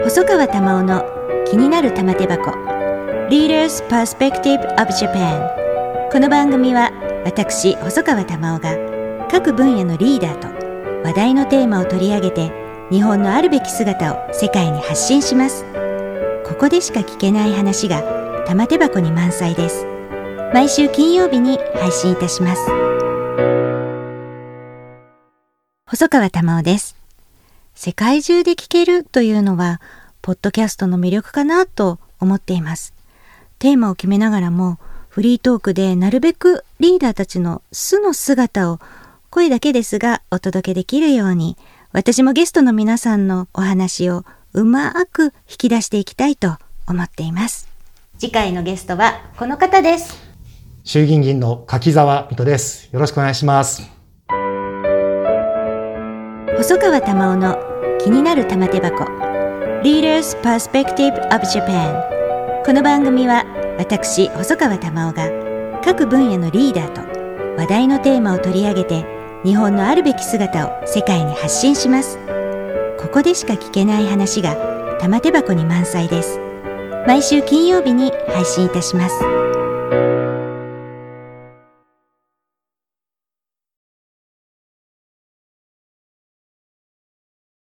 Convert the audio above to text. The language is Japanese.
細川珠緒の気になる玉手箱 Leaders Perspective of Japan。 この番組は私細川珠緒が各分野のリーダーと話題のテーマを取り上げて日本のあるべき姿を世界に発信します。ここでしか聞けない話が玉手箱に満載です。毎週金曜日に配信いたします。細川珠緒です。世界中で聞けるというのはポッドキャストの魅力かなと思っています。テーマを決めながらもフリートークでなるべくリーダーたちの素の姿を声だけですがお届けできるように、私もゲストの皆さんのお話をうまく引き出していきたいと思っています。次回のゲストはこの方です。 衆議院議員の柿沢水戸です。よろしくお願いします。 細川珠緒の気になる玉手箱 Leaders Perspective of Japan。 この番組は私細川珠緒が各分野のリーダーと話題のテーマを取り上げて日本のあるべき姿を世界に発信します。ここでしか聞けない話が玉手箱に満載です。毎週金曜日に配信いたします。